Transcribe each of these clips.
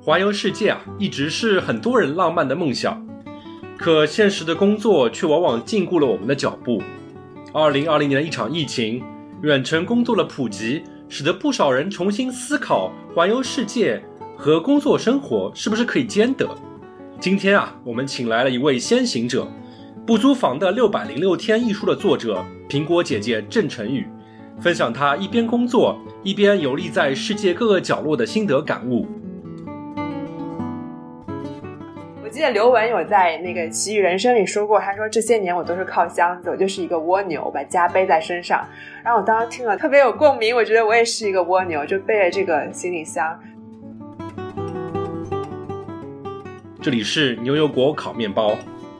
环游世界一直是很多人浪漫的梦想，可现实的工作却往往禁锢了我们的脚步。2020年的一场疫情，远程工作的普及，使得不少人重新思考环游世界和工作生活是不是可以兼得。今天我们请来了一位先行者，不租房的606天一书的作者苹果姐姐郑晨宇，分享她一边工作一边游历在世界各个角落的心得感悟。 我记得刘雯有在那个奇遇人生里说过，他说这些年我都是靠箱子，我就是一个蜗牛，把家背在身上。然后我当时听了特别有共鸣，我觉得我也是一个蜗牛，就背着这个行李箱。 这里是牛油果烤面包。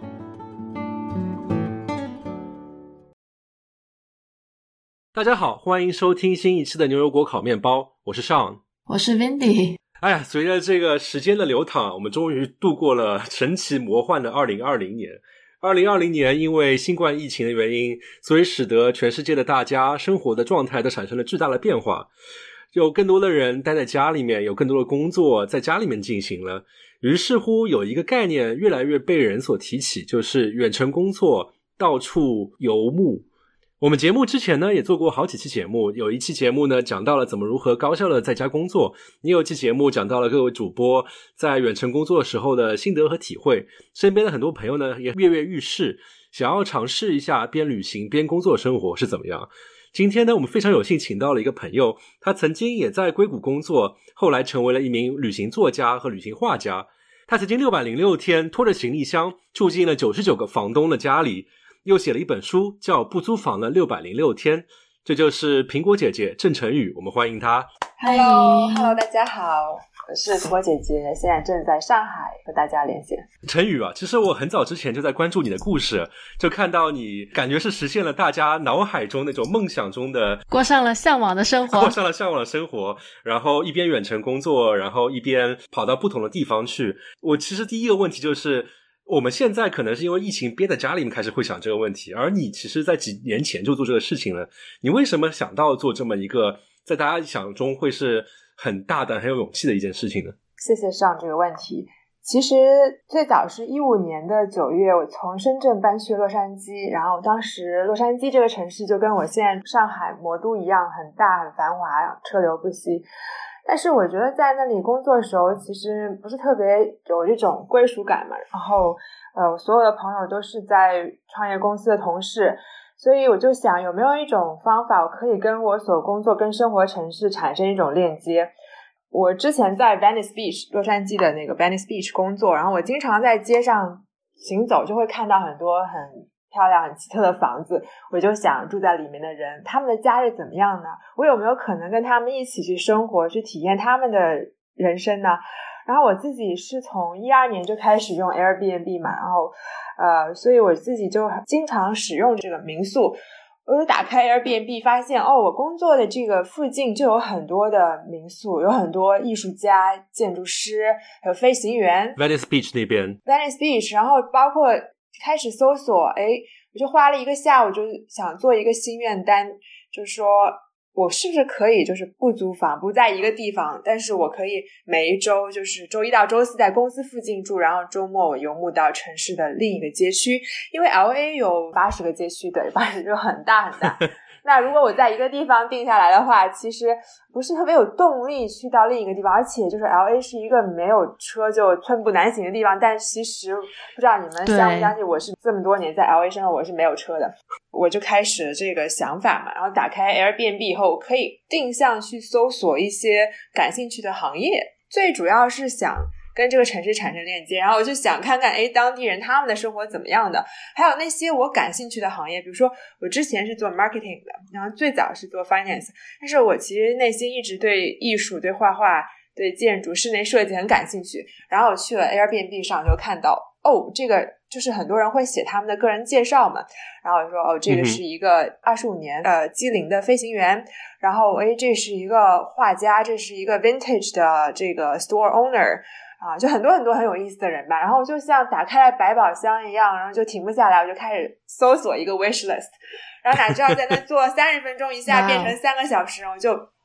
大家好，欢迎收听新一期的牛油果烤面包，我是 Sean， 我是 Wendy。 哎呀，随着这个时间的流淌，我们终于度过了神奇魔幻的2020年。2020年因为新冠疫情的原因，所以使得全世界的大家生活的状态都产生了巨大的变化。有更多的人待在家里面，有更多的工作在家里面进行了。于是乎有一个概念越来越被人所提起，就是远程工作，到处游牧。我们节目之前呢也做过好几期节目，有一期节目呢讲到了怎么如何高效的在家工作，也有一期节目讲到了各位主播在远程工作时候的心得和体会。身边的很多朋友呢也跃跃欲试，想要尝试一下边旅行边工作生活是怎么样。今天呢我们非常有幸请到了一个朋友，他曾经也在硅谷工作，后来成为了一名旅行作家和旅行画家。他曾经606天拖着行李箱住进了99个房东的家里，又写了一本书叫《不租房的606天》，这就是苹果姐姐郑晨宇，我们欢迎她。 Hello， 大家好，我是苹果姐姐，现在正在上海和大家连线。 晨宇其实我很早之前就在关注你的故事，就看到你感觉是实现了大家脑海中那种梦想中的， 过上了向往的生活， 然后一边远程工作，然后一边跑到不同的地方去。我其实第一个问题就是我们现在可能是因为疫情憋在家里面开始会想这个问题，而你其实在几年前就做这个事情了。你为什么想到做这么一个在大家想中会是很大胆很有勇气的一件事情呢？ 谢谢上这个问题。其实最早是15年的9月，我从深圳搬去洛杉矶，然后当时洛杉矶这个城市就跟我现在上海魔都一样，很大很繁华，车流不息。但是我觉得在那里工作的时候其实不是特别有这种归属感嘛，然后我所有的朋友都是在创业公司的同事，所以我就想有没有一种方法我可以跟我所工作跟生活城市产生一种链接。我之前在 Venice Beach 洛杉矶的那个 Venice Beach 工作，然后我经常在街上行走，就会看到很多很漂亮很奇特的房子，我就想住在里面的人他们的家是怎么样呢？我有没有可能跟他们一起去生活，去体验他们的人生呢？然后我自己是从12年就开始用 Airbnb 嘛，然后所以我自己就经常使用这个民宿。我就打开 Airbnb 发现我工作的这个附近就有很多的民宿，有很多艺术家、建筑师还有飞行员。 Venice Beach 那边 Venice Beach， 然后包括开始搜索，我就花了一个下午就想做一个心愿单，就是说我是不是可以就是不租房不在一个地方，但是我可以每一周就是周一到周四在公司附近住，然后周末我游牧到城市的另一个街区，因为 LA 有80个街区，对，80就很大很大那如果我在一个地方定下来的话，其实不是特别有动力去到另一个地方，而且就是 LA 是一个没有车就寸步难行的地方，但其实不知道你们相不相信，我是这么多年在 LA 生活，我是没有车的。我就开始了这个想法嘛，然后打开 Airbnb 以后，我可以定向去搜索一些感兴趣的行业，最主要是想跟这个城市产生链接，然后我就想看看当地人他们的生活怎么样的，还有那些我感兴趣的行业，比如说我之前是做 marketing 的，然后最早是做 finance， 但是我其实内心一直对艺术、对画画、对建筑、室内设计很感兴趣，然后我去了 Airbnb 上就看到这个就是很多人会写他们的个人介绍嘛，然后我说这个是一个25年机龄的飞行员，然后这是一个画家，这是一个 vintage 的这个 store owner就很多很多很有意思的人吧，然后就像打开了百宝箱一样，然后就停不下来，我就开始搜索一个 wish list， 然后哪知道在那做30分钟一下变成3个小时，我就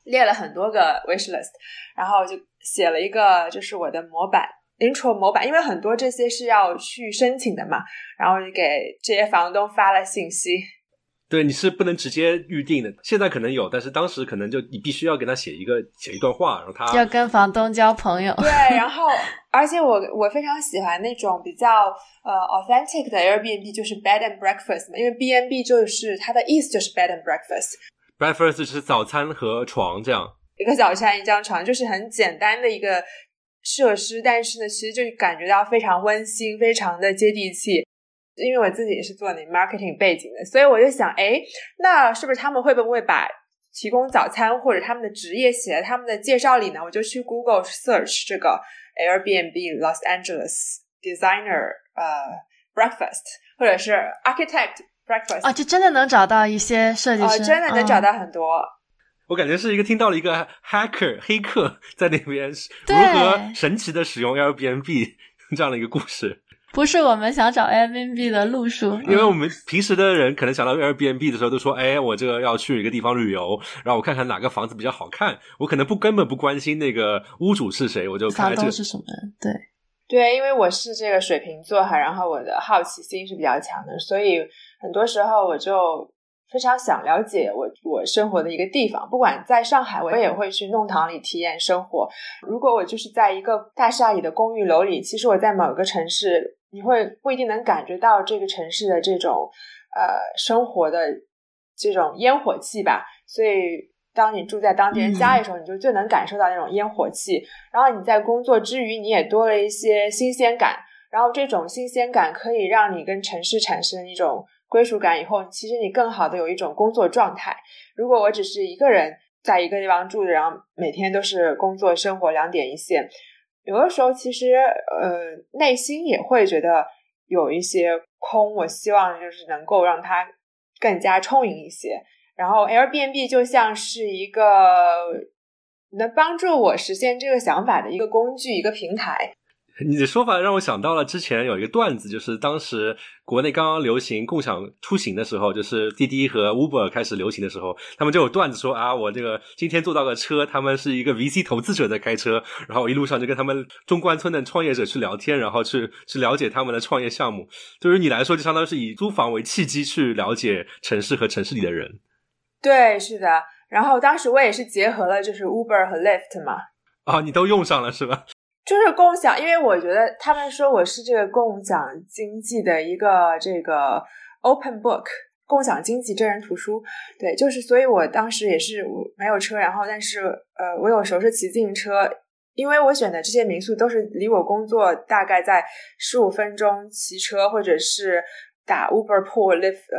列了很多个 wish list， 然后就写了一个就是我的模板 intro 模板，因为很多这些是要去申请的嘛，然后就给这些房东发了信息。 对，你是不能直接预定的，现在可能有，但是当时可能就你必须要给他写一段话，然后他要跟房东交朋友。 对，然后而且我非常喜欢那种比较authentic 的 Airbnb， 就是 bed and breakfast 嘛，因为 B&B 就是它的意思就是 bed and breakfast 就是早餐和床这样， 一个早餐一张床，就是很简单的一个设施，但是呢其实就感觉到非常温馨，非常的接地气。因为我自己也是做那 marketing 背景的，所以我就想那是不是他们会不会把提供早餐或者他们的职业写在他们的介绍里呢？我就去 Google search 这个 Airbnb Los Angeles designer breakfast 或者是 architect breakfast 就真的能找到一些设计师真的能找到很多我感觉是听到了一个黑客在那边如何神奇的使用 Airbnb 这样的一个故事， 不是我们想找 Airbnb 的路数。 因为我们平时的人可能想到 Airbnb 的时候都说我这个要去一个地方旅游，然后我看看哪个房子比较好看，我可能根本不关心那个屋主是谁，我就看房东是什么人。 对，因为我是这个水瓶座然后我的好奇心是比较强的，所以很多时候我就非常想了解我生活的一个地方，不管在上海我也会去弄堂里体验生活，如果我就是在一个大厦里的公寓楼里，其实我在某个城市你会不一定能感觉到这个城市的这种生活的这种烟火气吧，所以当你住在当地人家里的时候你就最能感受到那种烟火气，然后你在工作之余你也多了一些新鲜感，然后这种新鲜感可以让你跟城市产生一种归属感，以后其实你更好的有一种工作状态。如果我只是一个人在一个地方住的，然后每天都是工作生活两点一线，有的时候其实内心也会觉得有一些空，我希望就是能够让它更加充盈一些。然后 Airbnb 就像是一个能帮助我实现这个想法的一个工具，一个平台。 你的说法让我想到了之前有一个段子，就是当时国内刚刚流行共享出行的时候，就是滴滴和 Uber 开始流行的时去他们就有段子说我这个今天坐到个车，他们是一个 VC 投资者在开车，然后一路上就跟他们中关村的创业者去聊天，然后去了解他们的创业项目。对于你来说就相当于是以租房为契机去了解城市和城市里的人。 对，是的。然后当时我也是结合了就是 Uber 和 Lyft 嘛。 你都用上了是吧？ 就是共享，因为我觉得他们说我是这个共享经济的一个这个 open book， 共享经济真人图书。对，就是所以我当时也是没有车，然后但是我有时候是骑自行车，因为我选的这些民宿都是离我工作大概在15分钟骑车，或者是打 Uber Pool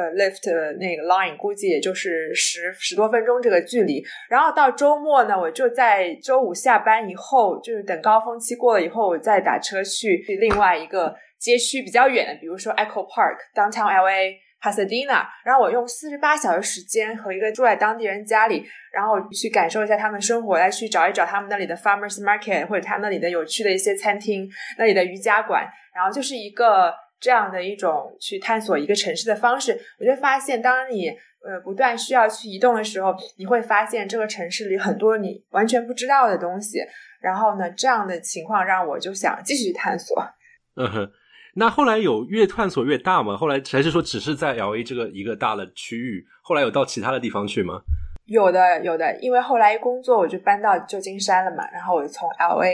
Lyft 那个 Line 估计也就是十多分钟这个距离。然后到周末呢，我就在周五下班以后，就是等高峰期过了以后，我再打车去另外一个街区比较远的，比如说 Echo Park Downtown LA Pasadena， 然后我用48小时时间和一个住在当地人家里，然后去感受一下他们生活，来去找一找他们那里的 Farmers Market 或者他们那里的有趣的一些餐厅，那里的瑜伽馆，然后就是一个这样的一种去探索一个城市的方式。我就发现当你不断需要去移动的时候，你会发现这个城市里很多你完全不知道的东西，然后呢这样的情况让我就想继续探索。 那后来有越探索越大吗？后来还是说只是在 LA 这个一个大的区域，后来有到其他的地方去吗？ 有的，因为后来工作我就搬到旧金山了嘛，然后我从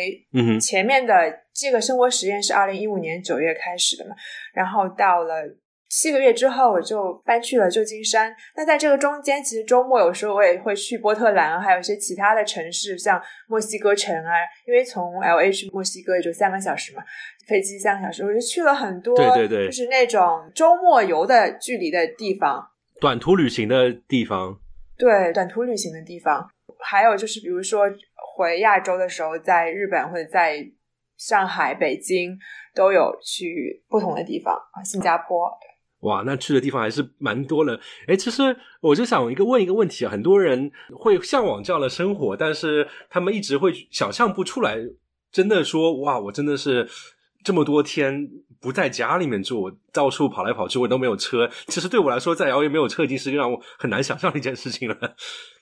LA 前面的这个生活实验是2015年9月开始的嘛，然后到了7个月之后我就搬去了旧金山。那在这个中间其实周末有时候我也会去波特兰还有一些其他的城市，像墨西哥城因为从 LA 去墨西哥也就3个小时嘛，飞机3个小时，我就去了很多对， 就是那种周末游的距离的地方， 短途旅行的地方。 对，短途旅行的地方。还有就是比如说回亚洲的时候，在日本或者在上海北京都有去不同的地方，新加坡。 哇，那去的地方还是蛮多了。其实我就想问一个问题很多人会向往这样的生活，但是他们一直会想象不出来，真的说哇，我真的是这么多天不在家里面住，我到处跑来跑去，我都没有车。其实对我来说在LA没有车已经是让我很难想象的一件事情了。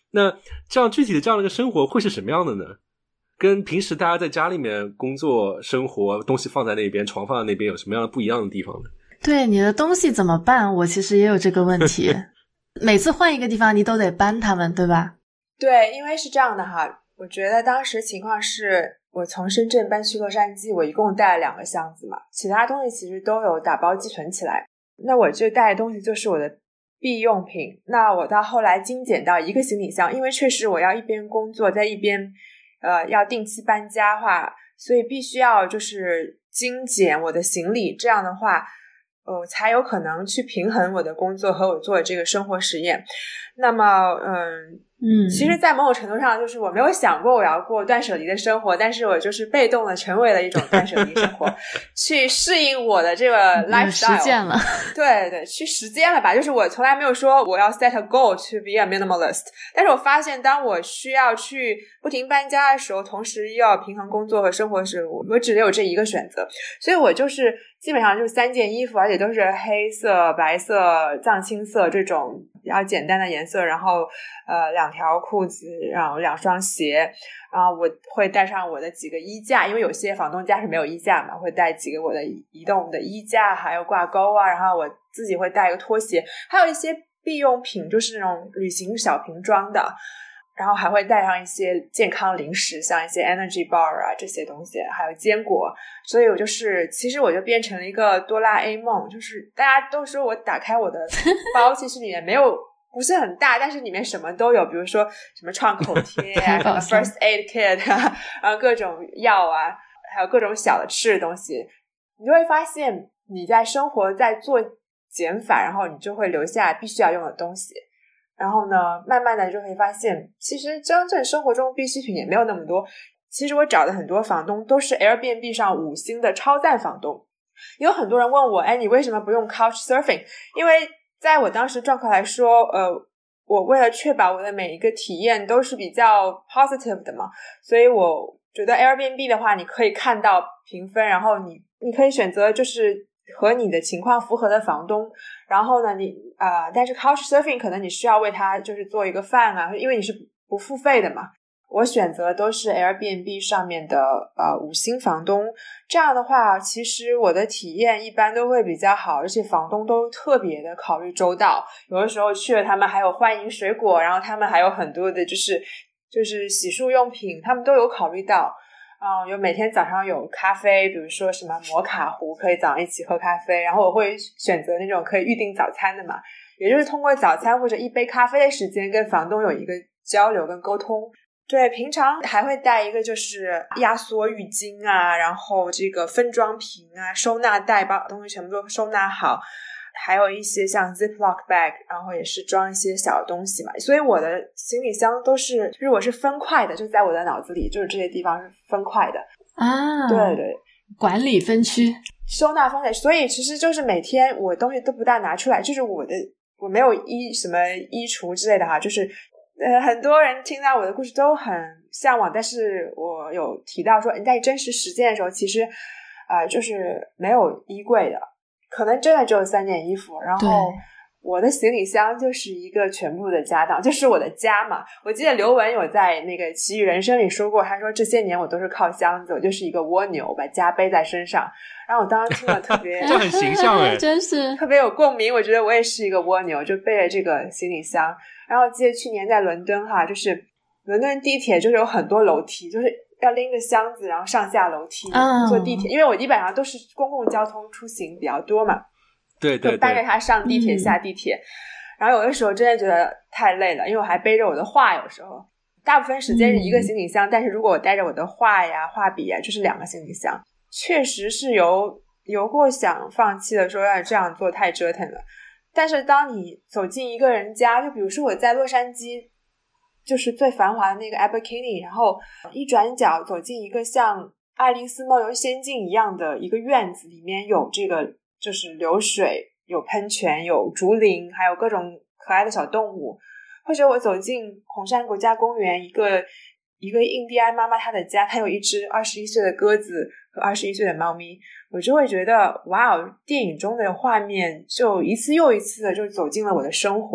那这样具体的这样的一个生活会是什么样的呢？跟平时大家在家里面工作生活，东西放在那边，床放在那边，有什么样的不一样的地方呢？ 对，你的东西怎么办？我其实也有这个问题。每次换一个地方你都得搬它们，对吧？ 对，因为是这样的哈，我觉得当时情况是我从深圳搬去洛杉矶，我一共带了2个箱子嘛，其他东西其实都有打包寄存起来。那我这带的东西就是我的必用品，那我到后来精简到1个行李箱，因为确实我要一边工作在一边要定期搬家的话，所以必须要就是精简我的行李，这样的话才有可能去平衡我的工作和我做的这个生活实验。那么其实在某种程度上就是我没有想过我要过断舍离的生活，但是我就是被动的成为了一种断舍离生活去适应我的这个 lifestyle， 实践了。 对对，去实践了吧。就是我从来没有说我要 set a goal to be a minimalist， 但是我发现当我需要去不停搬家的时候，同时又要平衡工作和生活时，我只有这一个选择，所以我就是基本上就是3件衣服，而且都是黑色、白色、藏青色这种比较简单的颜色，然后2条裤子，然后2双鞋，然后我会带上我的几个衣架，因为有些房东家是没有衣架嘛，会带几个我的移动的衣架，还有挂钩啊，然后我自己会带一个拖鞋，还有一些必用品，就是那种旅行小瓶装的，然后还会带上一些健康零食，像一些 energy bar 啊这些东西，还有坚果。所以我就是其实我就变成了一个哆啦 A 梦，就是大家都说我打开我的包其实里面没有不是很大，但是里面什么都有，比如说什么创口贴啊什么 first aid kit 啊，然后各种药啊，还有各种小的吃的东西。你就会发现你在生活在做减法，然后你就会留下必须要用的东西，然后呢慢慢的就会发现其实真正生活中必需品也没有那么多。其实我找的很多房东都是 Airbnb 上5星的超赞房东。有很多人问我，哎，你为什么不用 Couchsurfing？ 因为在我当时状况来说我为了确保我的每一个体验都是比较 positive 的嘛，所以我觉得 Airbnb 的话你可以看到评分，然后你可以选择就是和你的情况符合的房东，然后呢但是 Couchsurfing 可能你需要为他就是做一个饭啊，因为你是不付费的嘛。我选择都是 Airbnb 上面的5星房东，这样的话其实我的体验一般都会比较好，而且房东都特别的考虑周到，有的时候去了他们还有欢迎水果，然后他们还有很多的就是洗漱用品他们都有考虑到有每天早上有咖啡，比如说什么摩卡壶可以早上一起喝咖啡，然后我会选择那种可以预订早餐的嘛，也就是通过早餐或者一杯咖啡的时间跟房东有一个交流跟沟通。对，平常还会带一个就是压缩浴巾啊，然后这个分装瓶啊，收纳袋，把东西全部都收纳好，还有一些像 Ziploc bag， 然后也是装一些小的东西嘛。所以我的行李箱都是就是我是分块的，就在我的脑子里就是这些地方是分块的啊。对对， 管理分区， 收纳分类。所以其实就是每天我东西都不大拿出来，就是我没有什么衣橱之类的哈，就是很多人听到我的故事都很向往，但是我有提到说你在真实实践的时候其实就是没有衣柜的，可能真的只有3件衣服，然后我的行李箱就是一个全部的家当，就是我的家嘛。我记得刘雯有在那个奇遇人生里说过，他说这些年我都是靠箱子，我就是一个蜗牛，把家背在身上。然后我当时听了特别这很形象耶真是特别有共鸣，我觉得我也是一个蜗牛，就背着这个行李箱。然后记得去年在伦敦哈，就是伦敦地铁就是有很多楼梯，就是要拎个箱子然后上下楼梯坐地铁，因为我基本上都是公共交通出行比较多嘛， 对， 就带着它上地铁下地铁。然后有的时候真的觉得太累了，因为我还背着我的画，有时候大部分时间是一个行李箱，但是如果我带着我的画呀画笔呀就是2个行李箱，确实是有过想放弃的，说要这样做太折腾了。但是当你走进一个人家，就比如说我在洛杉矶就是最繁华的那个 Abercrombie， 然后一转角走进一个像爱丽丝梦游仙境一样的一个院子，里面有这个就是流水，有喷泉，有竹林，还有各种可爱的小动物。或者我走进红山国家公园，一个印第安妈妈她的家，她有一只21岁的鸽子和21岁的猫咪，我就会觉得哇，电影中的画面就一次又一次的就走进了我的生活，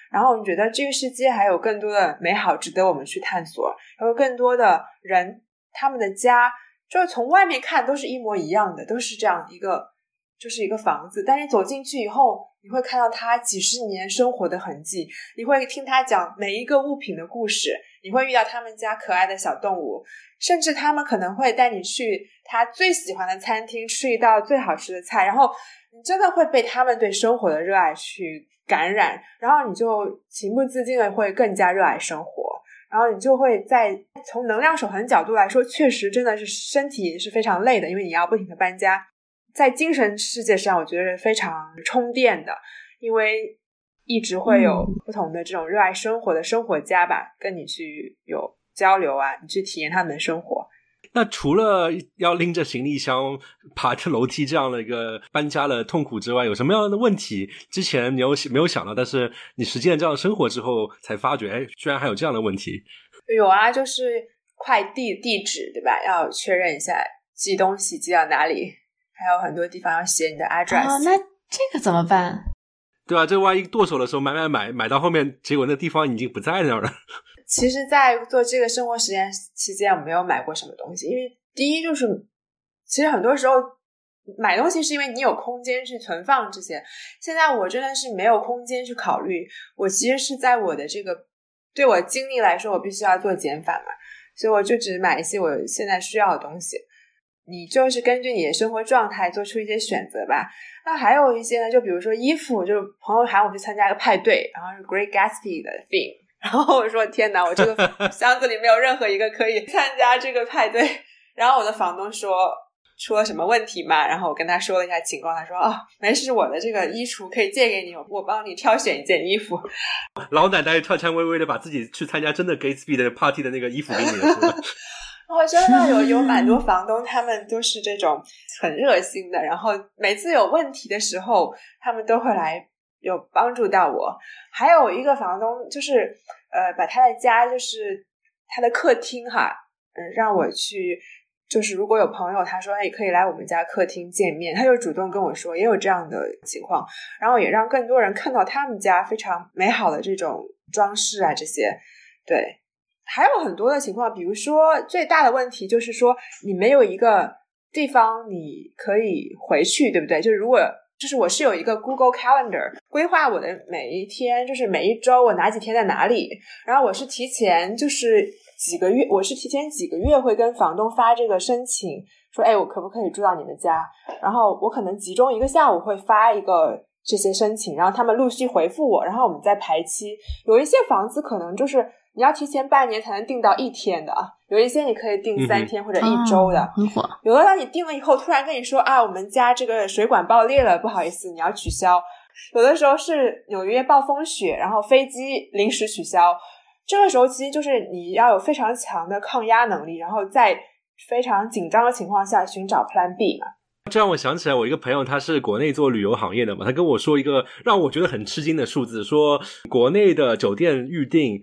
然后你觉得这个世界还有更多的美好值得我们去探索，还有更多的人他们的家就是从外面看都是一模一样的，都是这样一个就是一个房子，但你走进去以后你会看到他几十年生活的痕迹，你会听他讲每一个物品的故事，你会遇到他们家可爱的小动物，甚至他们可能会带你去他最喜欢的餐厅吃一道最好吃的菜，然后你真的会被他们对生活的热爱去感染，然后你就情不自禁的会更加热爱生活，然后你就会从能量守恒角度来说，确实真的是身体是非常累的，因为你要不停的搬家。在精神世界上我觉得是非常充电的，因为一直会有不同的这种热爱生活的生活家吧，跟你去有交流啊，你去体验他们的生活。 那除了要拎着行李箱爬着楼梯这样的一个搬家的痛苦之外，有什么样的问题之前你没有想到，但是你实践这样生活之后才发觉居然还有这样的问题？ 有啊，就是快递地址对吧，要确认一下寄东西寄到哪里，还有很多地方要写你的 address。 那这个怎么办？ 对啊，这万一剁手的时候买到后面，结果那地方已经不在那儿了。 其实在做这个生活实验期间我没有买过什么东西，因为第一就是其实很多时候买东西是因为你有空间去存放这些，现在我真的是没有空间去考虑，我其实是在我的这个对我精力来说我必须要做减法嘛，所以我就只买一些我现在需要的东西，你就是根据你的生活状态做出一些选择吧。那还有一些呢，就比如说衣服，就是朋友喊我去参加一个派对，然后是 Great Gatsby 的 theme， 然后我说天哪，我这个箱子里没有任何一个可以参加这个派对，然后我的房东说出了什么问题嘛，然后我跟他说了一下情况，他说没事，我的这个衣橱可以借给你，我帮你挑选一件衣服。 老奶奶颤颤巍巍的把自己去参加真的 Gatsby 的 party 的那个衣服给你了是吧？ 我真的有蛮多房东他们都是这种很热心的，然后每次有问题的时候他们都会来有帮助到我。还有一个房东就是把他的家就是他的客厅让我去，就是如果有朋友他说可以来我们家客厅见面，他就主动跟我说也有这样的情况，然后也让更多人看到他们家非常美好的这种装饰啊这些。对，还有很多的情况，比如说最大的问题就是说你没有一个地方你可以回去，对不对？就是如果就是我是有一个 Google Calendar 规划我的每一天，就是每一周我哪几天在哪里，然后我是提前几个月会跟房东发这个申请，说我可不可以住到你们家，然后我可能集中一个下午会发一个这些申请，然后他们陆续回复我，然后我们再排期。有一些房子可能就是你要提前半年才能订到1天的，有一些你可以订3天或者1周的， 很火。 有的让你订了以后突然跟你说我们家这个水管爆裂了，不好意思你要取消。有的时候是纽约暴风雪，然后飞机临时取消，这个时候其实就是你要有非常强的抗压能力，然后在非常紧张的情况下寻找 Plan B 嘛。 这让我想起来我一个朋友，他是国内做旅游行业的嘛，他跟我说一个让我觉得很吃惊的数字，说国内的酒店预订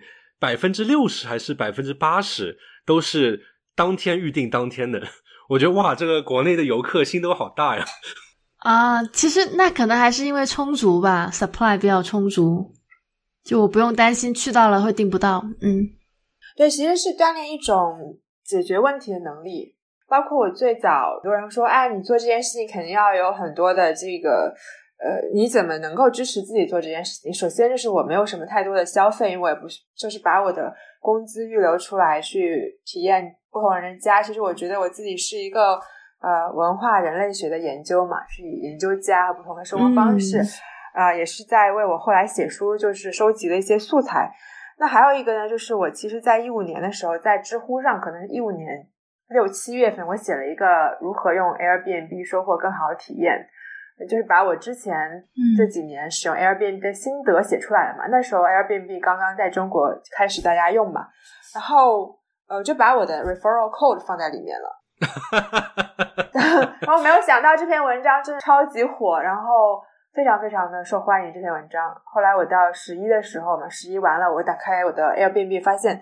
60%还是80%都是当天预订当天的。我觉得哇，这个国内的游客心都好大呀。 其实那可能还是因为充足吧， supply 比较充足，就我不用担心去到了会订不到。 对，其实是锻炼一种解决问题的能力。包括我最早很多人说你做这件事情肯定要有很多的这个你怎么能够支持自己做这件事情。首先就是我没有什么太多的消费，因为我也不是就是把我的工资预留出来去体验不同人的家。其实我觉得我自己是一个文化人类学的研究嘛，是以研究家和不同的生活方式也是在为我后来写书就是收集了一些素材。那还有一个呢，就是我其实在2015年的时候在知乎上，可能是2015年6、7月份，我写了一个如何用 Airbnb 收获更好的体验，就是把我之前这几年使用 Airbnb 的心得写出来了嘛。那时候 Airbnb 刚刚在中国开始大家用嘛，然后就把我的 referral code 放在里面了。然后没有想到这篇文章真的超级火，然后非常非常的受欢迎这篇文章。后来我到11的时候嘛，11完了我打开我的 Airbnb 发现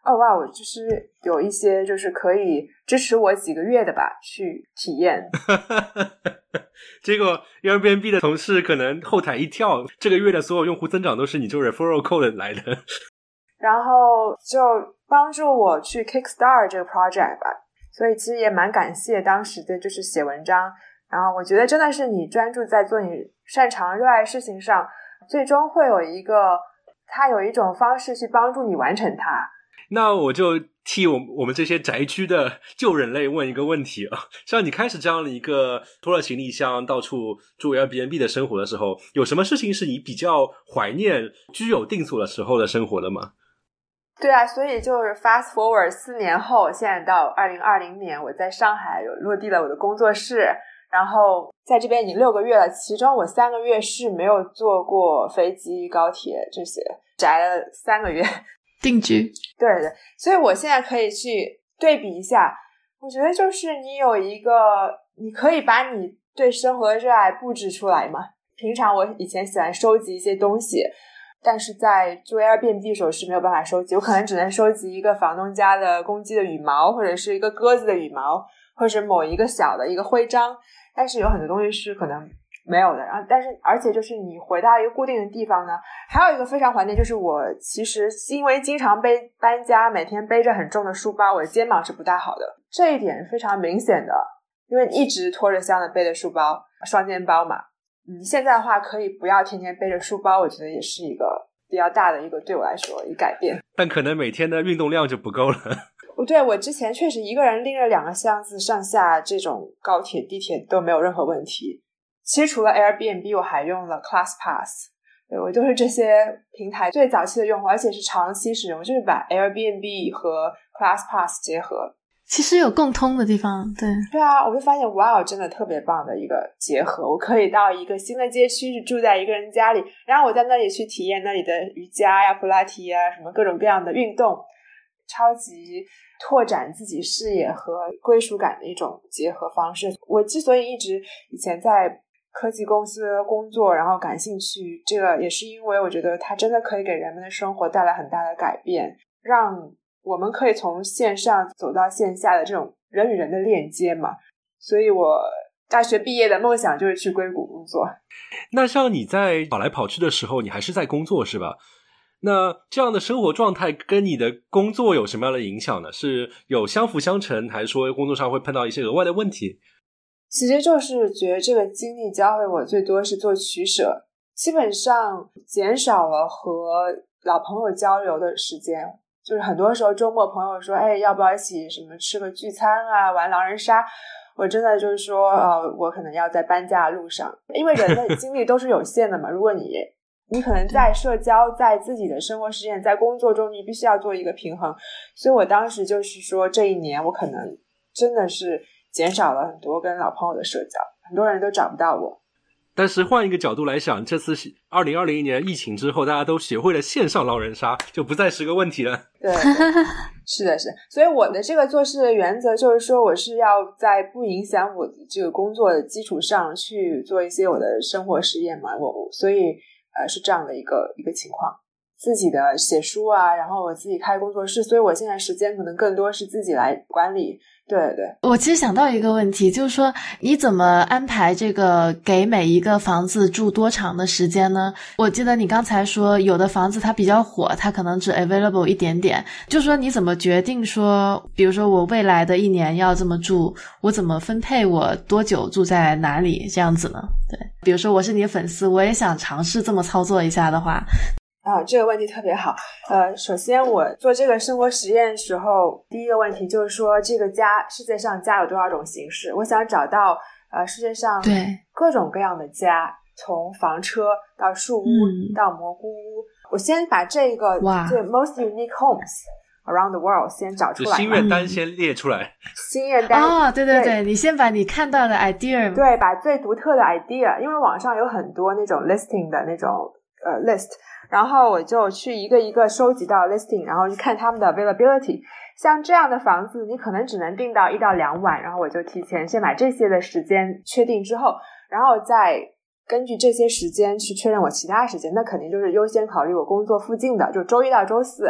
哇，我就是有一些就是可以支持我几个月的吧，去体验。 结果 Airbnb 的同事可能后台一跳，这个月的所有用户增长都是你做 referral code 来的。 然后就帮助我去 Kickstart 这个 project 吧，所以其实也蛮感谢当时的就是写文章。然后我觉得真的是你专注在做你擅长热爱的事情上，最终会有它有一种方式去帮助你完成它。 那我就替我们这些宅居的旧人类问一个问题啊，像你开始这样的一个拖了行李箱到处住 Airbnb 的生活的时候，有什么事情是你比较怀念居有定所的时候的生活的吗？ 对啊，所以就是 fast forward 4年后，现在到2020年，我在上海有落地了我的工作室，然后在这边已经6个月了，其中我3个月是没有坐过飞机、高铁这些，宅了3个月定居。 对对，所以我现在可以去对比一下，我觉得就是你可以把你对生活的热爱布置出来嘛。平常我以前喜欢收集一些东西，但是在做 Airbnb 的时候是没有办法收集，我可能只能收集一个房东家的公鸡的羽毛，或者是一个鸽子的羽毛，或者是某一个小的一个徽章，但是有很多东西是可能没有的。然后而且就是你回到一个固定的地方呢，还有一个非常怀念，就是我其实因为经常搬家，每天背着很重的书包，我的肩膀是不大好的，这一点非常明显的，因为一直拖着箱子背着书包，双肩包嘛。现在的话可以不要天天背着书包，我觉得也是一个比较大的一个对我来说一个改变， 但可能每天的运动量就不够了。 对，我之前确实一个人拎着2个箱子上下这种高铁地铁都没有任何问题。其实除了 Airbnb 我还用了 ClassPass， 对，我就是这些平台最早期的用户，而且是长期使用，就是把 Airbnb 和 ClassPass 结合。 其实有共通的地方。对啊，我就发现哇，真的特别棒的一个结合。我可以到一个新的街区去住在一个人家里，然后我在那里去体验那里的瑜伽呀、普拉提呀，什么各种各样的运动，超级拓展自己视野和归属感的一种结合方式。我之所以一直以前在科技公司工作，然后感兴趣，这个也是因为我觉得它真的可以给人们的生活带来很大的改变，让我们可以从线上走到线下的这种人与人的链接嘛。所以我大学毕业的梦想就是去硅谷工作。 那像你在跑来跑去的时候，你还是在工作是吧？那这样的生活状态跟你的工作有什么样的影响呢？是有相辅相成，还是说工作上会碰到一些额外的问题？ 其实就是觉得这个经历教会我最多是做取舍，基本上减少了和老朋友交流的时间。就是很多时候周末朋友说要不要一起什么吃个聚餐啊，玩狼人杀，我真的就是说我可能要在搬家的路上，因为人的精力都是有限的嘛。如果你可能在社交，在自己的生活实践，在工作中你必须要做一个平衡。所以我当时就是说这一年我可能真的是减少了很多跟老朋友的社交，很多人都找不到我。 但是换一个角度来想，这次2020年疫情之后，大家都学会了线上狼人杀，就不再是个问题了。 对是的。所以我的这个做事的原则就是说，我是要在不影响我的这个工作的基础上去做一些我的生活实验嘛。所以是这样的一个情况。自己的写书啊，然后我自己开工作室，所以我现在时间可能更多是自己来管理。对， 我其实想到一个问题，就是说你怎么安排这个给每一个房子住多长的时间呢？我记得你刚才说有的房子它比较火，它可能只 available 一点点，就是说你怎么决定说，比如说我未来的1年要这么住，我怎么分配我多久住在哪里这样子呢？对，比如说我是你的粉丝，我也想尝试这么操作一下的话。 这个问题特别好。首先我做这个生活实验的时候，第一个问题就是说这个世界上家有多少种形式，我想找到世界上各种各样的家，从房车到树屋到蘑菇屋。我先把这个 most unique homes around the world 先找出来， 就心愿单先列出来。 心愿单对，你先把你看到的 idea， 对，把最独特的 idea， 因为网上有很多那种 listing 的那种list， 然后我就去一个一个收集到 listing， 然后去看他们的 availability。 像这样的房子你可能只能订到1到2晚，然后我就提前先把这些的时间确定之后，然后再根据这些时间去确认我其他时间，那肯定就是优先考虑我工作附近的，就周1到周4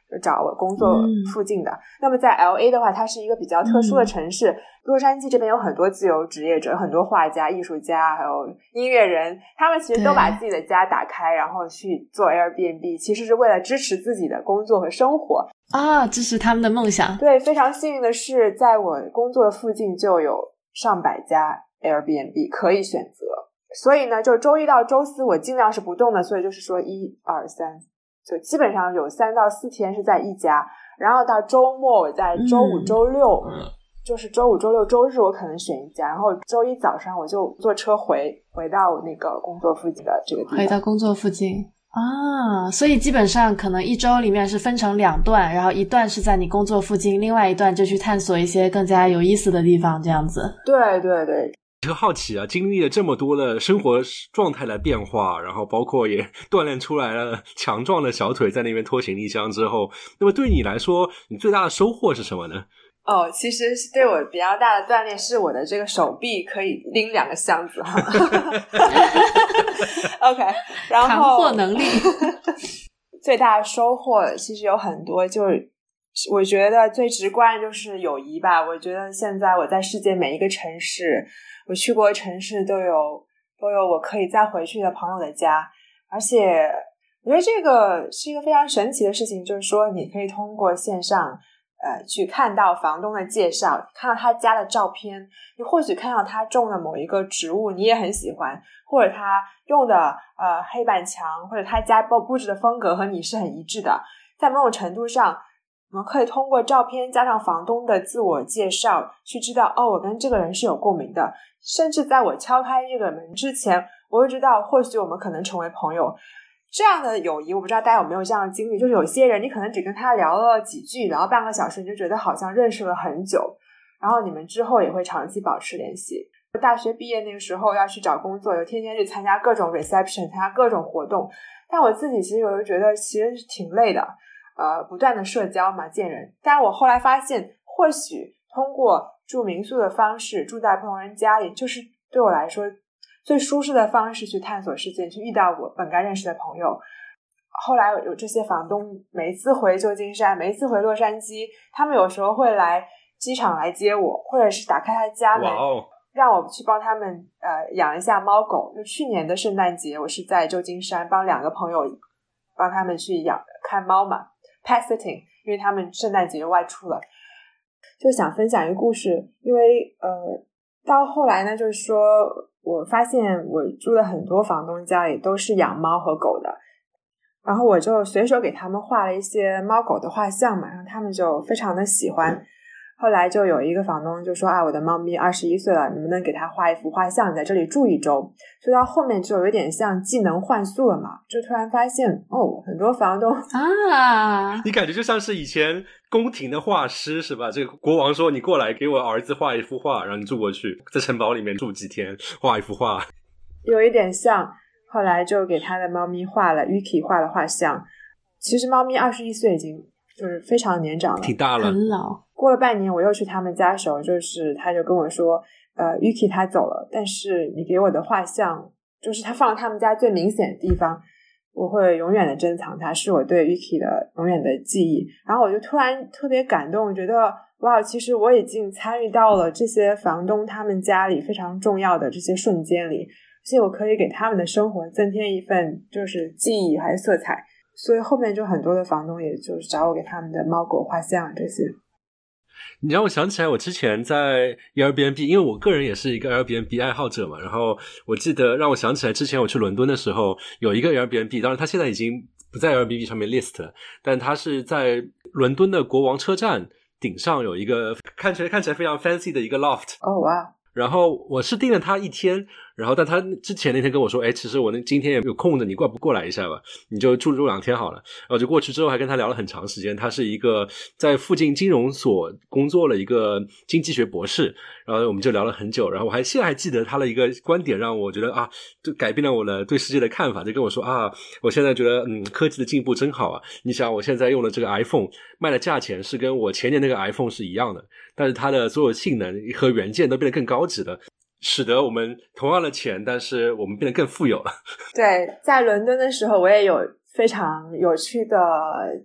就找我工作附近的。那么在 LA 的话，它是一个比较特殊的城市，洛杉矶这边有很多自由职业者，很多画家、艺术家还有音乐人，他们其实都把自己的家打开，然后去做 Airbnb， 其实是为了支持自己的工作和生活啊，支持他们的梦想。 对，非常幸运的是在我工作的附近就有上百家 Airbnb 可以选择，所以呢就周一到周四我尽量是不动的，所以就是说1、2、3就基本上有3到4天是在一家，然后到周末我在周五周六就是周五周六周日我可能选一家，然后周一早上我就坐车回到那个工作附近的这个地方， 回到工作附近啊，所以基本上可能一周里面是分成2段，然后一段是在你工作附近，另外一段就去探索一些更加有意思的地方，这样子。 对对对。 很好奇啊，经历了这么多的生活状态的变化，然后包括也锻炼出来了强壮的小腿在那边拖行李箱之后，那么对你来说你最大的收获是什么呢？ 其实对我比较大的锻炼是我的这个手臂可以拎2个箱子哈。OK， 然后扛货能力最大的收获其实有很多，就是我觉得最直观的就是友谊吧。我觉得现在我在世界每一个城市，我去过的城市都有我可以再回去的朋友的家，而且我觉得这个是一个非常神奇的事情，就是说你可以通过线上去看到房东的介绍，看到他家的照片，你或许看到他种的某一个植物你也很喜欢，或者他用的黑板墙，或者他家布置的风格和你是很一致的。在某种程度上我们可以通过照片加上房东的自我介绍去知道我跟这个人是有共鸣的，甚至在我敲开这个门之前我就知道或许我们可能成为朋友。这样的友谊我不知道大家有没有这样的经历，就是有些人你可能只跟他聊了几句，聊半个小时，你就觉得好像认识了很久，然后你们之后也会长期保持联系。大学毕业那个时候要去找工作，就天天去参加各种 reception， 参加各种活动，但我自己其实有时候觉得其实是挺累的，不断的社交嘛，见人。但我后来发现或许通过住民宿的方式，住在朋友人家里，就是对我来说最舒适的方式去探索世界，去遇到我本该认识的朋友。后来有这些房东每一次回旧金山，每一次回洛杉矶，他们有时候会来机场来接我，或者是打开他的家门，让我去帮他们养一下猫狗。就去年的圣诞节我是在旧金山帮2个朋友帮他们去看猫嘛， pet sitting， 因为他们圣诞节外出了。就想分享一个故事，因为到后来呢，就是说我发现我住的很多房东家里都是养猫和狗的，然后我就随手给他们画了一些猫狗的画像嘛，然后他们就非常的喜欢。后来就有一个房东就说我的猫咪21岁了，能不能给他画一幅画像，在这里住1周。所以到后面就有点像技能换宿了嘛，就突然发现很多房东你感觉就像是以前宫廷的画师是吧？这个国王说你过来给我儿子画一幅画，然后你住过去，在城堡里面住几天画一幅画， 有一点像。后来就给他的猫咪画了 Yuki 画了画像。其实猫咪21岁已经就是非常年长了， 挺大了， 很老。 过了半年我又去他们家的时候，就是他就跟我说Yuki 他走了，但是你给我的画像就是他放他们家最明显的地方，我会永远的珍藏它，是我对 Yuki 的永远的记忆。然后我就突然特别感动，觉得哇，其实我已经参与到了这些房东他们家里非常重要的这些瞬间里，而且我可以给他们的生活增添一份就是记忆还是色彩。所以后面就很多的房东也就是找我给他们的猫狗画像这些。 你让我想起来我之前在 Airbnb， 因为我个人也是一个 Airbnb 爱好者嘛，然后我记得让我想起来之前我去伦敦的时候有一个 Airbnb， 当然它现在已经不在 Airbnb 上面 list 了，但它是在伦敦的国王车站顶上有一个看起来非常 fancy 的一个 loft。 哇， 然后我是订了他1天，然后但他之前那天跟我说其实我今天有空的，你不过来一下吧，你就住2天好了。然后就过去之后还跟他聊了很长时间，他是一个在附近金融所工作了一个经济学博士，然后我们就聊了很久。然后我现在还记得他的一个观点，让我觉得就改变了我的对世界的看法，就跟我说我现在觉得科技的进步真好啊，你想我现在用的这个 iPhone 卖的价钱是跟我前年那个 iPhone 是一样的，但是它的所有性能和元件都变得更高级了，使得我们同样的钱，但是我们变得更富有了。 对，在伦敦的时候我也有非常有趣的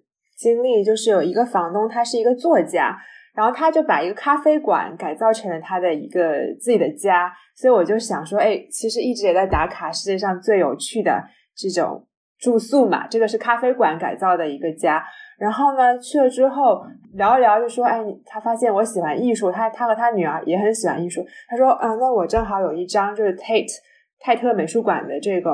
经历，就是有一个房东，他是一个作家，然后他就把一个咖啡馆改造成了他的一个自己的家，所以我就想说，其实一直也在打卡世界上最有趣的这种住宿嘛，这个是咖啡馆改造的一个家。然后呢，去了之后聊一聊，就说他发现我喜欢艺术，他和他女儿也很喜欢艺术。他说那我正好有一张就是泰特美术馆的这个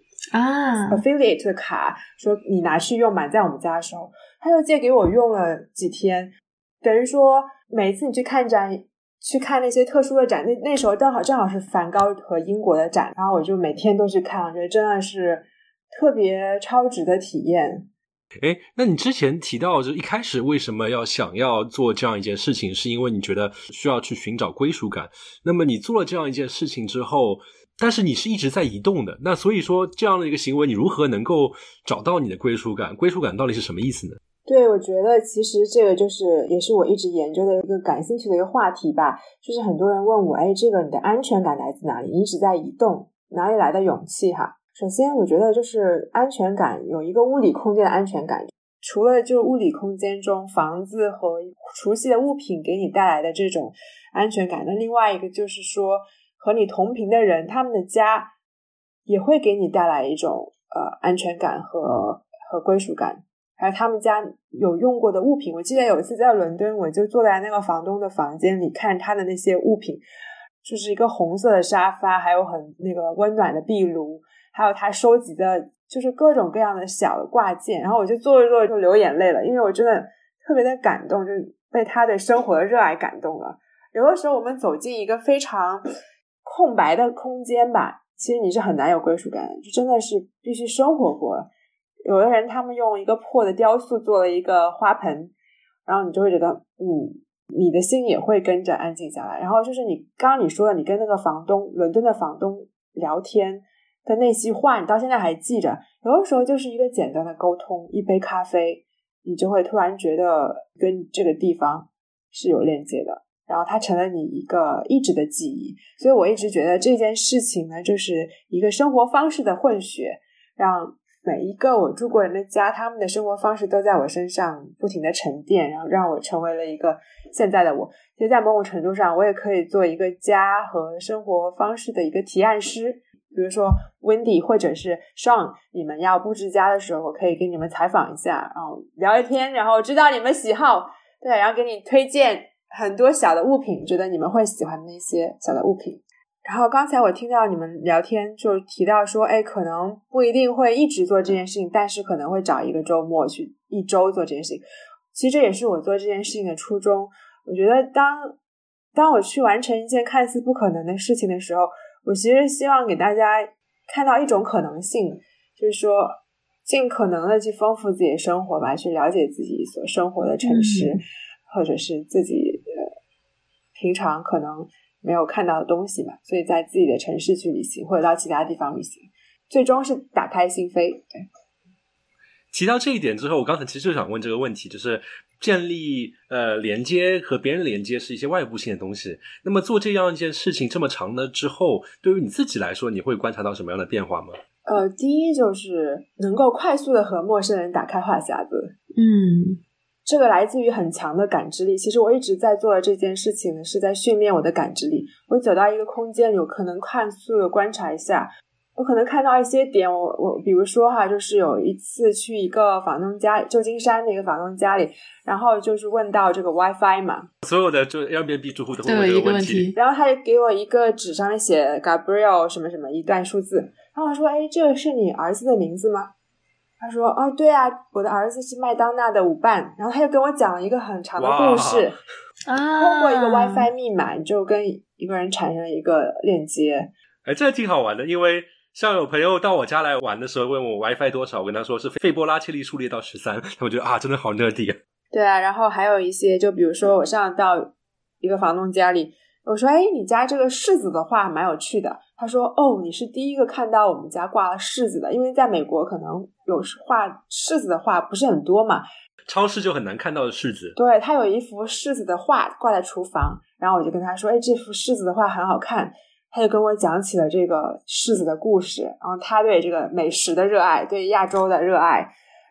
affiliate 的卡，说你拿去用嘛，在我们家的时候他就借给我用了几天，等于说每一次你去看展，去看那些特殊的展，那时候正好是梵高和英国的展，然后我就每天都去看，我觉得真的是特别超值的体验。 那你之前提到就一开始为什么想要做这样一件事情，是因为你觉得需要去寻找归属感。那么你做了这样一件事情之后，但是你是一直在移动的，那所以说这样的一个行为你如何能够找到你的归属感？归属感到底是什么意思呢？ 对，我觉得其实这个也是我一直研究的一个感兴趣的一个话题吧，就是很多人问我这个你的安全感来自哪里？你一直在移动，哪里来的勇气哈？首先我觉得就是安全感，有一个物理空间的安全感，除了就是物理空间中房子和熟悉的物品给你带来的这种安全感，那另外一个就是说和你同频的人，他们的家也会给你带来一种安全感和归属感，还有他们家有用过的物品。我记得有一次在伦敦，我就坐在那个房东的房间里看他的那些物品，就是一个红色的沙发，还有很那个温暖的壁炉，还有他收集的就是各种各样的小的挂件，然后我就坐着坐着就流眼泪了，因为我真的特别的感动，就被他对生活的热爱感动了。有的时候我们走进一个非常空白的空间吧，其实你是很难有归属感的，就真的是必须生活过。有的人他们用一个破的雕塑做了一个花盆，然后你就会觉得你的心也会跟着安静下来。然后就是刚刚你说的，你跟那个伦敦的房东聊天的那席话，你到现在还记着。有的时候就是一个简单的沟通，一杯咖啡，你就会突然觉得跟这个地方是有链接的，然后它成了你一个一直的记忆。所以我一直觉得这件事情呢，就是一个生活方式的混血，让每一个我住过人的家，他们的生活方式都在我身上不停的沉淀，然后让我成为了一个现在的我。其实在某种程度上，我也可以做一个家和生活方式的一个提案师，比如说 Wendy 或者是 Sean， 你们要布置家的时候，我可以给你们采访一下，然后聊一天，然后知道你们喜好，对，然后给你推荐很多小的物品，觉得你们会喜欢那些小的物品。然后刚才我听到你们聊天就提到说可能不一定会一直做这件事情，但是可能会找一个周末去一周做这件事情。其实这也是我做这件事情的初衷。我觉得当我去完成一件看似不可能的事情的时候，我其实希望给大家看到一种可能性，就是说尽可能的去丰富自己的生活吧，去了解自己所生活的城市，或者是自己平常可能没有看到的东西嘛，所以在自己的城市去旅行，或者到其他地方旅行，最终是打开心扉。对， 提到这一点之后，我刚才其实就想问这个问题，就是建立连接和别人连接是一些外部性的东西，那么做这样一件事情这么长了之后，对于你自己来说，你会观察到什么样的变化吗？ 第一就是能够快速的和陌生人打开话匣子。这个来自于很强的感知力。其实我一直在做的这件事情呢，是在训练我的感知力。我走到一个空间里，我可能快速的观察一下，我可能看到一些点。我比如说就是有一次去一个房东家，旧金山的一个房东家里，然后就是问到这个 WiFi 嘛， 所有的就 Airbnb 住户都会问这个问题， 然后他就给我一个纸上面写 Gabriel 什么什么一段数字，然后我说这个是你儿子的名字吗？他说对啊，我的儿子是麦当娜的舞伴。然后他就跟我讲了一个很长的故事，通过一个 WiFi 密码你就跟一个人产生了一个链接。 这挺好玩的，因为像有朋友到我家来玩的时候问我 WiFi 多少，我跟他说是费波拉切利数列到13，我觉得真的好nerdy。 对啊，然后还有一些就比如说我上到一个房东家里，我说你家这个柿子的画蛮有趣的。他说你是第一个看到我们家挂了柿子的，因为在美国可能有画柿子的画不是很多嘛， 超市就很难看到的柿子。 对，他有一幅柿子的画挂在厨房，然后我就跟他说这幅柿子的画很好看。他就跟我讲起了这个柿子的故事，然后他对这个美食的热爱，对亚洲的热爱，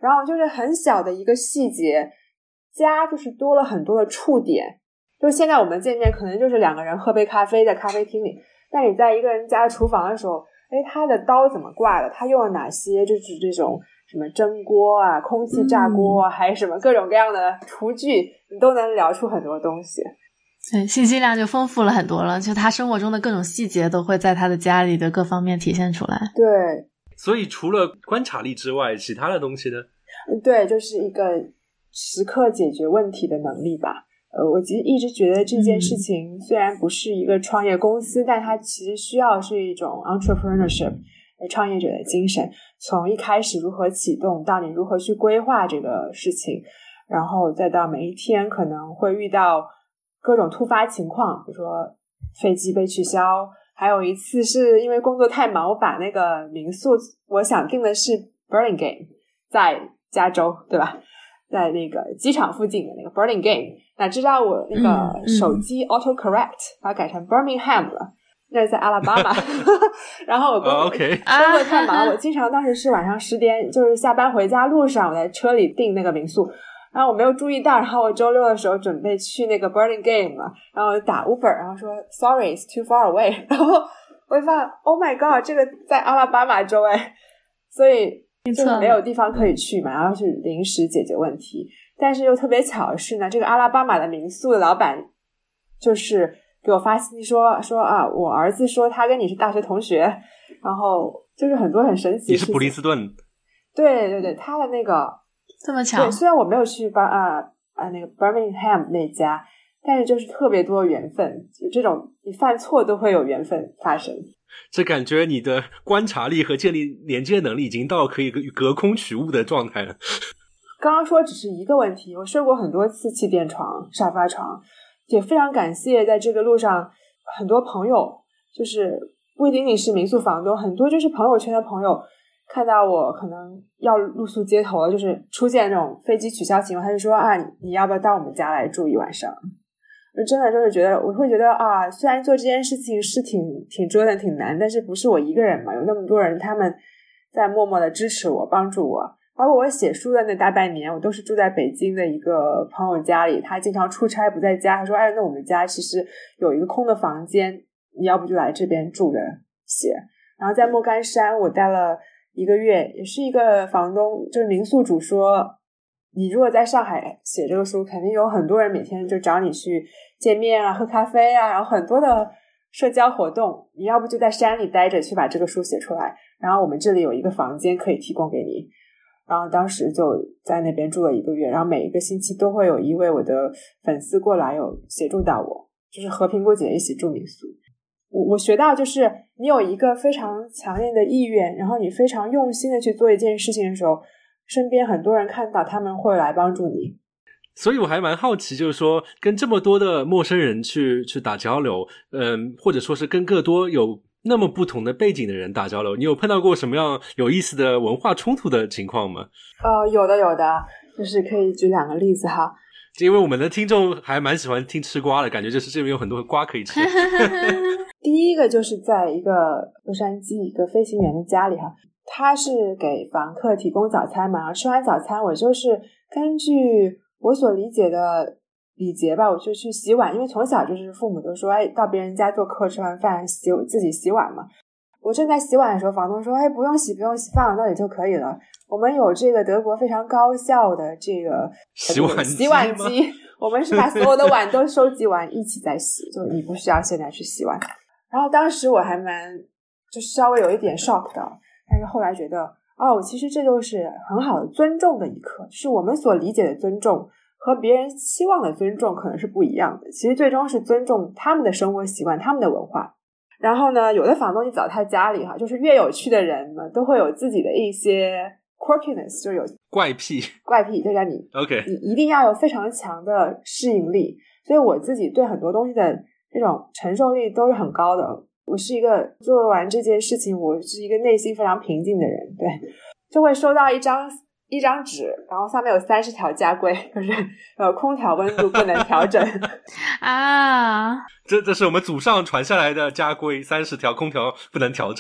然后就是很小的一个细节，家就是多了很多的触点。就是现在我们见面可能就是2个人喝杯咖啡在咖啡厅里，但你在一个人家的厨房的时候，他的刀怎么挂的，他用了哪些就是这种什么蒸锅啊、空气炸锅啊，还有什么各种各样的厨具，你都能聊出很多东西。 对，信息量就丰富了很多了，就他生活中的各种细节都会在他的家里的各方面体现出来。 对， 所以除了观察力之外，其他的东西呢？ 对，就是一个时刻解决问题的能力吧。我其实一直觉得这件事情虽然不是一个创业公司，但它其实需要是一种 entrepreneurship 创业者的精神，从一开始如何启动到你如何去规划这个事情，然后再到每一天可能会遇到各种突发情况，比如说飞机被取消，还有一次是因为工作太忙，我把那个民宿我想订的是 Burlingame 在加州，对吧，在那个机场附近的那个 Burlingame， 哪知道我那个手机 autocorrect 把它改成 Birmingham 了，那是在阿拉巴马然后我工作太忙，我经常当时是晚上10点，就是下班回家路上我在车里订那个民宿，然后我没有注意到，然后我周六的时候准备去那个 Burlingame 嘛，然后打 Uber， 然后说 Sorry it's too far away， 然后我就发现 Oh my god 这个在阿拉巴马州所以就是没有地方可以去嘛，然后去临时解决问题。但是又特别巧的是呢，这个阿拉巴马的民宿的老板就是给我发信息说啊，我儿子说他跟你是大学同学，然后就是很多很神奇的事情。 你是普林斯顿？ 对对对，他的那个这么巧。 对，虽然我没有去那个 Birmingham 那家，但是就是特别多缘分，就这种你犯错都会有缘分发生。 这感觉你的观察力和建立连接能力已经到可以隔空取物的状态了。 刚刚说只是一个问题，我睡过很多次气垫床、沙发床，也非常感谢在这个路上很多朋友，就是不一定是民宿房东，很多就是朋友圈的朋友，看到我可能要露宿街头了，就是出现这种飞机取消情况，他就说啊，你要不要到我们家来住一晚上？我真的就是觉得，我会觉得啊，虽然做这件事情是挺折腾、挺难，但是不是我一个人嘛，有那么多人他们在默默的支持我、帮助我。包括我写书的那大半年，我都是住在北京的一个朋友家里，他经常出差不在家，他说那我们家其实有一个空的房间，你要不就来这边住着写。然后在莫干山我待了1个月，也是一个房东，就是民宿主说，你如果在上海写这个书，肯定有很多人每天就找你去见面啊、喝咖啡啊，然后很多的社交活动，你要不就在山里待着去把这个书写出来，然后我们这里有一个房间可以提供给你。然后当时就在那边住了1个月，然后每一个星期都会有一位我的粉丝过来有协助到我，就是和苹果姐一起住民宿。我学到就是你有一个非常强烈的意愿，然后你非常用心的去做一件事情的时候，身边很多人看到他们会来帮助你。 所以我还蛮好奇，就是说跟这么多的陌生人去打交流，或者说是跟更多有那么不同的背景的人打交流，你有碰到过什么样有意思的文化冲突的情况吗？ 有的，就是可以举2个例子哈。 因为我们的听众还蛮喜欢听吃瓜的，感觉就是这边有很多瓜可以吃。 第一个就是在一个洛杉矶一个飞行员的家里哈，他是给房客提供早餐嘛，然后吃完早餐我就是根据我所理解的礼节吧，我就去洗碗，因为从小就是父母都说到别人家做客吃完饭自己洗碗嘛。我正在洗碗的时候，房东说不用洗，放到那里就可以了，我们有这个德国非常高效的这个洗碗机我们是把所有的碗都收集完一起再洗，就你不需要现在去洗碗。然后当时我还就稍微有一点 shock 到，但是后来觉得其实这就是很好的尊重的一刻，是我们所理解的尊重和别人期望的尊重可能是不一样的，其实最终是尊重他们的生活习惯、他们的文化。然后呢，有的房东你找他家里就是越有趣的人呢，都会有自己的一些 quirkiness， 就有怪癖，就让你 OK， 你一定要有非常强的适应力。所以我自己对很多东西的这种承受力都是很高的。我是一个做完这件事情，我是一个内心非常平静的人，对，就会收到一张纸，然后上面有30条家规，就是空调温度不能调整啊。 这是我们祖上传下来的家规，30条空调不能调整。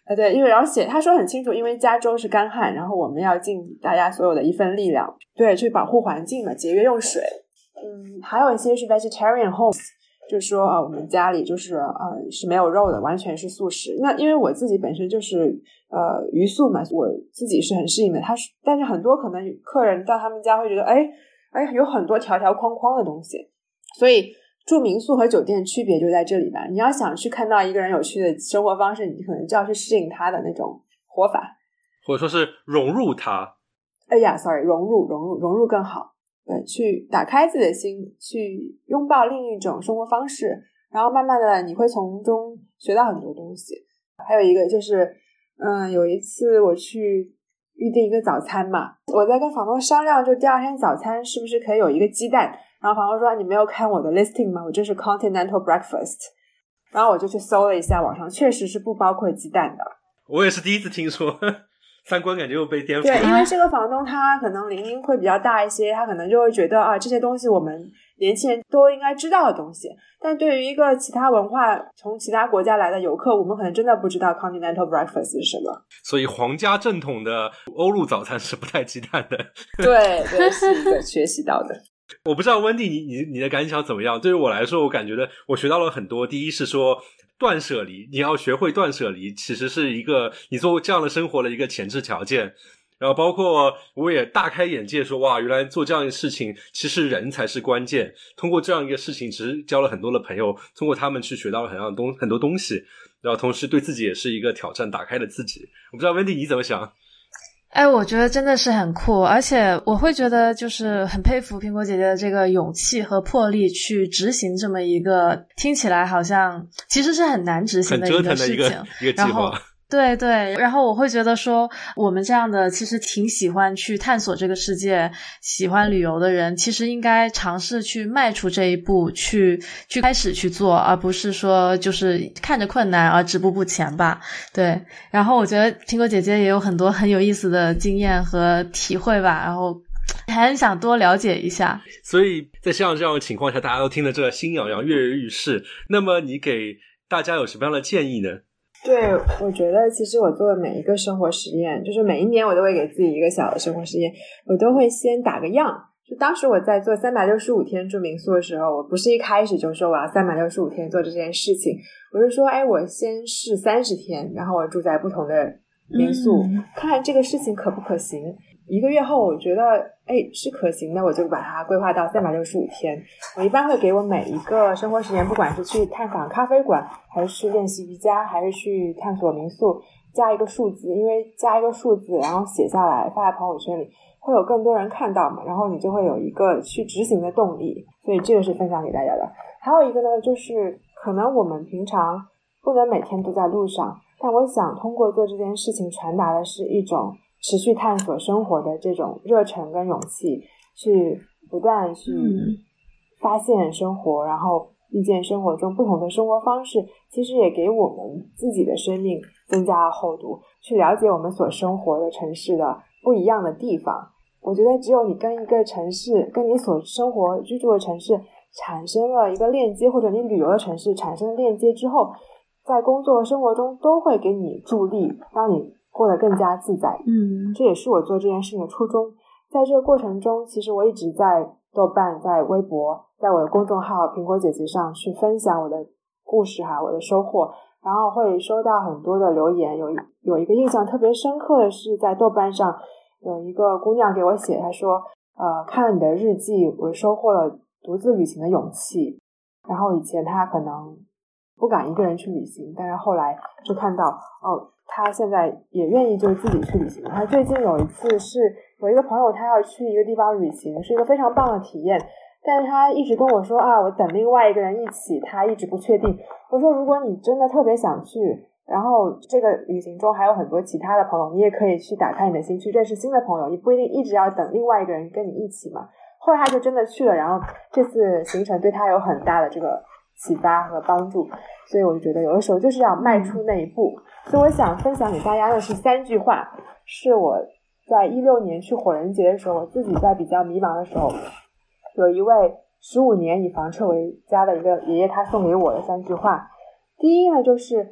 对，因为然后他说很清楚，因为加州是干旱，然后我们要尽大家所有的一份力量，对，去保护环境嘛，节约用水。还有一些是 vegetarian homes， 就是说我们家里就是是没有肉的，完全是素食。那因为我自己本身就是鱼素嘛，我自己是很适应的。但是很多可能客人到他们家会觉得哎有很多条条框框的东西，所以住民宿和酒店区别就在这里吧。你要想去看到一个人有趣的生活方式，你可能就要去适应他的那种活法， 或者说是融入他。 融入更好。对，去打开自己的心，去拥抱另一种生活方式，然后慢慢的你会从中学到很多东西。还有一个就是有一次我去预定一个早餐嘛，我在跟房东商量，就第二天早餐是不是可以有一个鸡蛋，然后房东说你没有看我的 listing 吗？我这是 continental breakfast， 然后我就去搜了一下，网上确实是不包括鸡蛋的。 我也是第一次听说，三观感觉又被颠覆。 对，因为这个房东他可能年龄会比较大一些，他可能就会觉得这些东西我们年轻人都应该知道的东西，但对于一个其他文化从其他国家来的游客，我们可能真的不知道 continental breakfast 是什么。 所以皇家正统的欧陆早餐是不带鸡蛋的。 对，是一个学习到的。 我不知道温蒂你的感想怎么样？对于我来说，我感觉我学到了很多。第一是说断舍离，你要学会断舍离，其实是一个你做这样的生活的一个前置条件。然后包括我也大开眼界说，哇，原来做这样的事情其实人才是关键。通过这样一个事情，其实交了很多的朋友，通过他们去学到了很多东西，然后同时对自己也是一个挑战，打开了自己。我不知道温蒂你怎么想？ 我觉得真的是很酷，而且我会觉得就是很佩服苹果姐姐的这个勇气和魄力去执行这么一个听起来好像其实是很难执行的一个事情， 很折腾的一个计划。 对，然后我会觉得说我们这样的其实挺喜欢去探索这个世界，喜欢旅游的人其实应该尝试去迈出这一步，去开始去做，而不是说就是看着困难而止步不前吧。对，然后我觉得苹果姐姐也有很多很有意思的经验和体会吧，然后还很想多了解一下。 所以在像这样的情况下，大家都听得这心痒痒，跃跃欲试，那么你给大家有什么样的建议呢？ 对，我觉得其实我做的每一个生活实验，就是每一年我都会给自己一个小的生活实验，我都会先打个样。就当时我在做365天住民宿的时候，我不是一开始就说我要365天做这件事情，我是说我先试30天，然后我住在不同的民宿，看看这个事情可不可行。1个月后我觉得是可行的，我就把它规划到365天。我一般会给我每一个生活实验，不管是去探访咖啡馆，还是去练习瑜伽，还是去探索民宿，加一个数字，因为加一个数字然后写下来发在朋友圈里，会有更多人看到嘛，然后你就会有一个去执行的动力。所以这个是分享给大家的。还有一个呢，就是可能我们平常不能每天都在路上，但我想通过做这件事情传达的是一种持续探索生活的这种热忱跟勇气，去不断去发现生活，然后遇见生活中不同的生活方式，其实也给我们自己的生命增加了厚度，去了解我们所生活的城市的不一样的地方。我觉得只有你跟一个城市，跟你所生活居住的城市产生了一个链接，或者你旅游的城市产生了链接之后，在工作和生活中都会给你助力，让你过得更加自在。这也是我做这件事情的初衷。在这个过程中，其实我一直在豆瓣、在微博、在我的公众号苹果姐姐上去分享我的故事我的收获，然后会收到很多的留言。有一个印象特别深刻的是，在豆瓣上有一个姑娘给我写，她说看了你的日记，我收获了独自旅行的勇气。然后以前她可能不敢一个人去旅行，但是后来就看到他现在也愿意就是自己去旅行。他最近有一次是有一个朋友他要去一个地方旅行，是一个非常棒的体验，但是他一直跟我说我等另外一个人一起，他一直不确定。我说如果你真的特别想去，然后这个旅行中还有很多其他的朋友，你也可以去打开你的心，去认识新的朋友，你不一定一直要等另外一个人跟你一起嘛。后来他就真的去了，然后这次行程对他有很大的这个启发和帮助。所以我就觉得有的时候就是要迈出那一步。所以我想分享给大家的是3句话，是我在16年去火人节的时候，我自己在比较迷茫的时候，有一位15年以房车为家的一个爷爷他送给我的3句话。第一呢，就是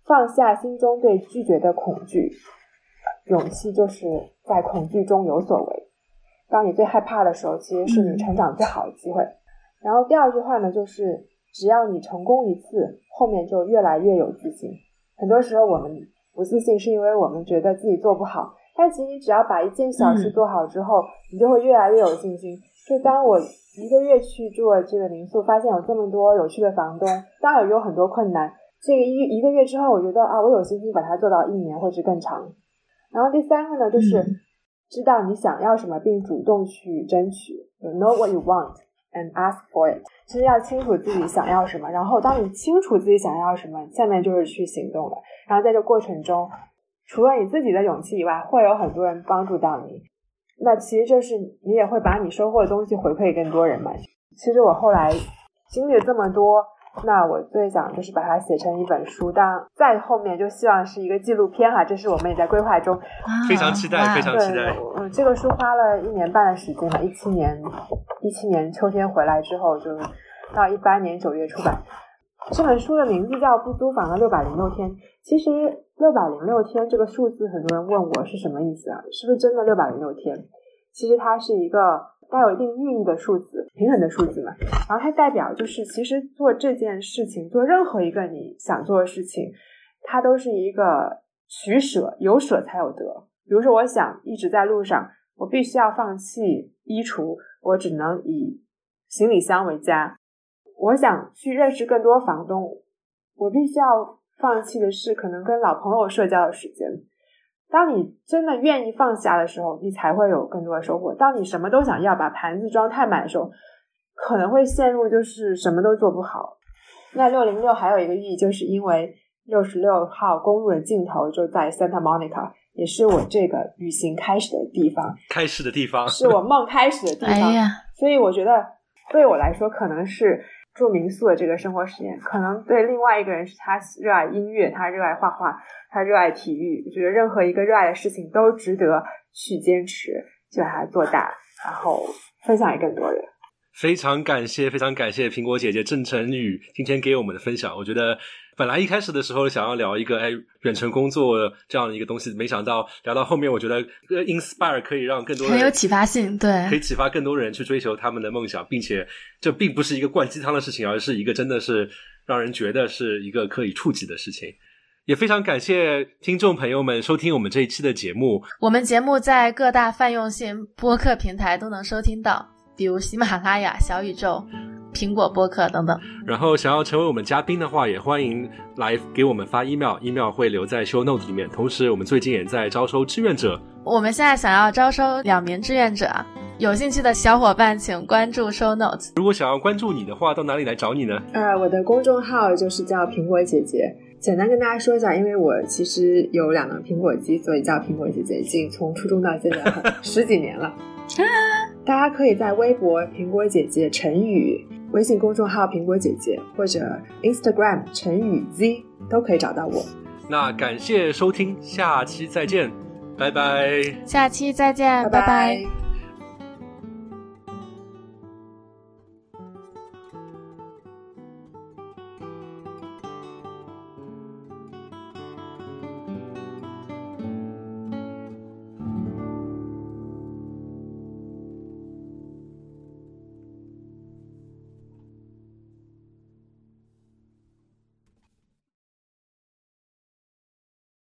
放下心中对拒绝的恐惧，勇气就是在恐惧中有所为。当你最害怕的时候，其实是你成长最好的机会。然后第二句话呢，就是只要你成功一次，后面就越来越有自信。很多时候我们不自信是因为我们觉得自己做不好，但其实你只要把一件小事做好之后，你就会越来越有信心。就当我1个月去住了这个民宿，发现有这么多有趣的房东，当然有很多困难，这个一个月之后，我觉得我有信心把它做到1年或者更长。然后第三个呢，就是知道你想要什么并主动去争取。You know what you want and ask for it。 其实要清楚自己想要什么，然后当你清楚自己想要什么，下面就是去行动了。然后在这过程中，除了你自己的勇气以外，会有很多人帮助到你，那其实就是你也会把你收获的东西回馈更多人嘛。其实我后来经历了这么多，那我最想就是把它写成一本书，当然在后面就希望是一个纪录片哈，这是我们也在规划中。 非常期待，非常期待。 这个书花了1年半的时间嘛，17年秋天回来之后，就到18年9月出版。这本书的名字叫《不租房的606天》。其实606天这个数字，很多人问我是什么意思啊？是不是真的606天？其实它是一个带有一定寓意的数字，平衡的数字嘛。然后它代表就是，其实做这件事情，做任何一个你想做的事情，它都是一个取舍，有舍才有得。比如说，我想一直在路上，我必须要放弃衣橱，我只能以行李箱为家。我想去认识更多房东，我必须要放弃的是可能跟老朋友社交的时间。当你真的愿意放下的时候，你才会有更多的收获。当你什么都想要，把盘子装太满的时候，可能会陷入就是什么都做不好。那606还有一个寓意，就是因为66号公路的尽头就在 Santa Monica， 也是我这个旅行开始的地方，是我梦开始的地方。所以我觉得对我来说，可能是住民宿的这个生活实验，可能对另外一个人是他热爱音乐，他热爱画画，他热爱体育。我觉得任何一个热爱的事情都值得去坚持，去把它做大，然后分享给更多人。 非常感谢苹果姐姐郑晨宇今天给我们的分享。我觉得本来一开始的时候想要聊一个远程工作这样的一个东西，没想到聊到后面，我觉得inspire 可以让更多人， 很有启发性，对， 可以启发更多人去追求他们的梦想，并且这并不是一个灌鸡汤的事情，而是一个真的是让人觉得是一个可以触及的事情。也非常感谢听众朋友们收听我们这一期的节目。 我们节目在各大泛用性播客平台都能收听到，比如喜马拉雅、小宇宙、苹果播客等等。 然后想要成为我们嘉宾的话，也欢迎来给我们发 email 会留在 show note 里面。同时我们最近也在招收志愿者， 我们现在想要招收2名志愿者，有兴趣的小伙伴请关注 show notes。 如果想要关注你的话，到哪里来找你呢？ 我的公众号就是叫苹果姐姐。简单跟大家说一下，因为我其实有2个苹果机，所以叫苹果姐姐，已经从初中到现在10几年了。大家可以在微博苹果姐姐陈宇，微信公众号苹果姐姐，或者 Instagram 陈宇 Z 都可以找到我。 那感谢收听，下期再见，拜拜。 下期再见，拜拜。